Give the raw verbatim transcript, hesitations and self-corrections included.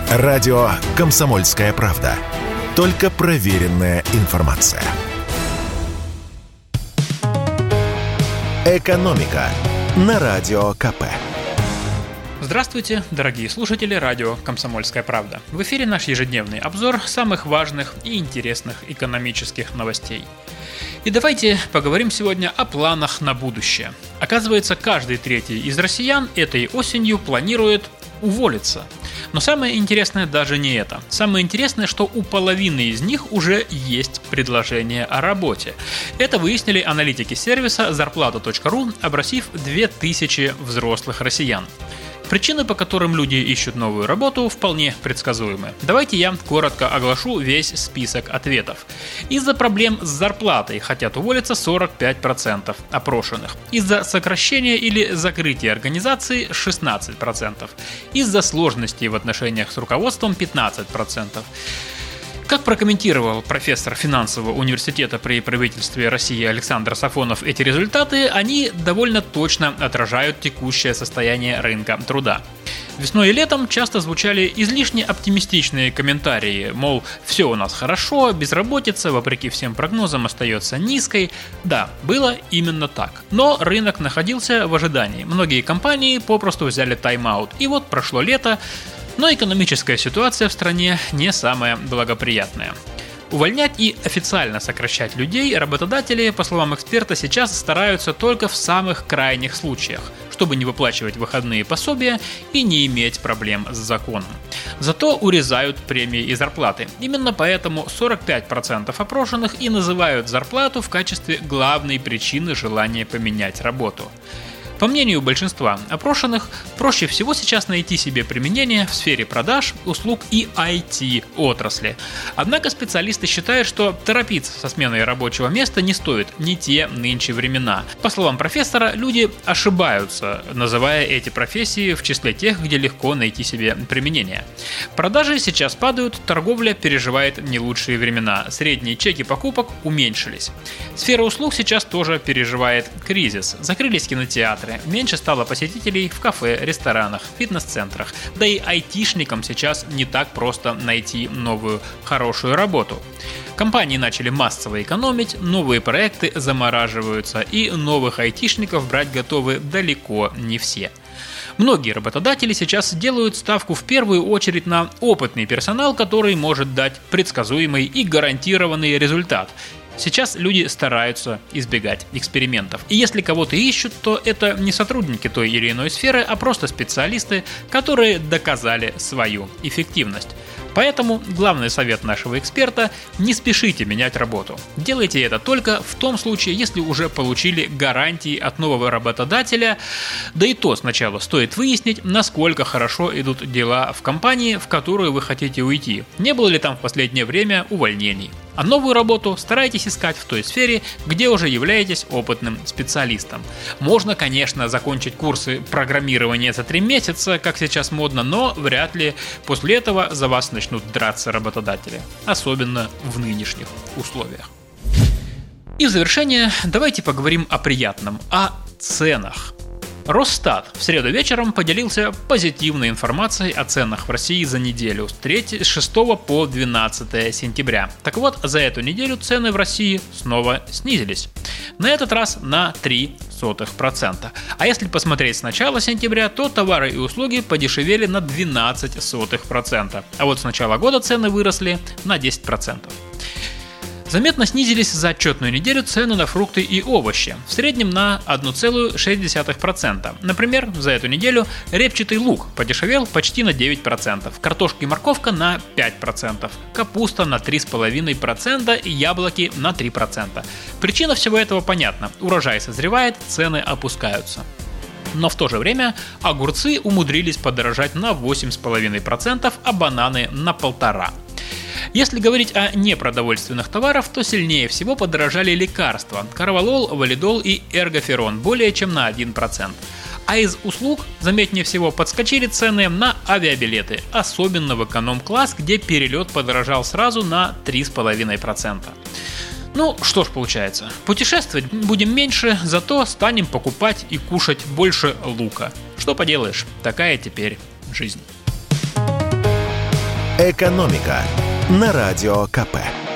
Радио «Комсомольская правда». Только проверенная информация. «Экономика» на Радио КП. Здравствуйте, дорогие слушатели радио «Комсомольская правда». В эфире наш ежедневный обзор самых важных и интересных экономических новостей. И давайте поговорим сегодня о планах на будущее. Оказывается, каждый третий из россиян этой осенью планирует уволиться. Но самое интересное даже не это. Самое интересное, что у половины из них уже есть предложение о работе. Это выяснили аналитики сервиса зарплата точка ру, опросив две тысячи взрослых россиян. Причины, по которым люди ищут новую работу, вполне предсказуемы. Давайте я коротко оглашу весь список ответов. Из-за проблем с зарплатой хотят уволиться сорок пять процентов опрошенных. Из-за сокращения или закрытия организации шестнадцать процентов. Из-за сложностей в отношениях с руководством пятнадцать процентов. Как прокомментировал профессор финансового университета при правительстве России Александр Сафонов эти результаты, они довольно точно отражают текущее состояние рынка труда. Весной и летом часто звучали излишне оптимистичные комментарии, мол, все у нас хорошо, безработица, вопреки всем прогнозам, остается низкой. Да, было именно так. Но рынок находился в ожидании. Многие компании попросту взяли тайм-аут. И вот прошло лето, но экономическая ситуация в стране не самая благоприятная. Увольнять и официально сокращать людей работодатели, по словам эксперта, сейчас стараются только в самых крайних случаях, чтобы не выплачивать выходные пособия и не иметь проблем с законом. Зато урезают премии и зарплаты. Именно поэтому сорок пять процентов опрошенных и называют зарплату в качестве главной причины желания поменять работу. По мнению большинства опрошенных, проще всего сейчас найти себе применение в сфере продаж, услуг и ай ти-отрасли. Однако специалисты считают, что торопиться со сменой рабочего места не стоит, не те нынче времена. По словам профессора, люди ошибаются, называя эти профессии в числе тех, где легко найти себе применение. Продажи сейчас падают, торговля переживает не лучшие времена, средние чеки покупок уменьшились. Сфера услуг сейчас тоже переживает кризис, закрылись кинотеатры, меньше стало посетителей в кафе, ресторанах, фитнес-центрах. Да и айтишникам сейчас не так просто найти новую хорошую работу. Компании начали массово экономить, новые проекты замораживаются, и новых айтишников брать готовы далеко не все. Многие работодатели сейчас делают ставку в первую очередь на опытный персонал, который может дать предсказуемый и гарантированный результат. Сейчас люди стараются избегать экспериментов. И если кого-то ищут, то это не сотрудники той или иной сферы, а просто специалисты, которые доказали свою эффективность. Поэтому главный совет нашего эксперта – не спешите менять работу. Делайте это только в том случае, если уже получили гарантии от нового работодателя. Да и то сначала стоит выяснить, насколько хорошо идут дела в компании, в которую вы хотите уйти. Не было ли там в последнее время увольнений. А новую работу старайтесь искать в той сфере, где уже являетесь опытным специалистом. Можно, конечно, закончить курсы программирования за три месяца, как сейчас модно, но вряд ли после этого за вас начнут драться работодатели, особенно в нынешних условиях. И в завершение давайте поговорим о приятном, о ценах. Росстат в среду вечером поделился позитивной информацией о ценах в России за неделю с шестого по двенадцатое сентября. Так вот, за эту неделю цены в России снова снизились. На этот раз на три сотых процента. А если посмотреть с начала сентября, то товары и услуги подешевели на двенадцать сотых процента. А вот с начала года цены выросли на десять процентов. Заметно снизились за отчетную неделю цены на фрукты и овощи, в среднем на одна целая шесть десятых процента. Например, за эту неделю репчатый лук подешевел почти на девять процентов, картошка и морковка на пять процентов, капуста на три целых пять десятых процента и яблоки на три процента. Причина всего этого понятна: урожай созревает, цены опускаются. Но в то же время огурцы умудрились подорожать на восемь целых пять десятых процента, а бананы на полтора. Если говорить о непродовольственных товарах, то сильнее всего подорожали лекарства – корвалол, валидол и эргоферон более чем на один процент. А из услуг, заметнее всего, подскочили цены на авиабилеты, особенно в эконом-класс, где перелет подорожал сразу на три целых пять десятых процента. Ну, что ж получается, путешествовать будем меньше, зато станем покупать и кушать больше лука. Что поделаешь, такая теперь жизнь. «Экономика» на Радио ка пэ.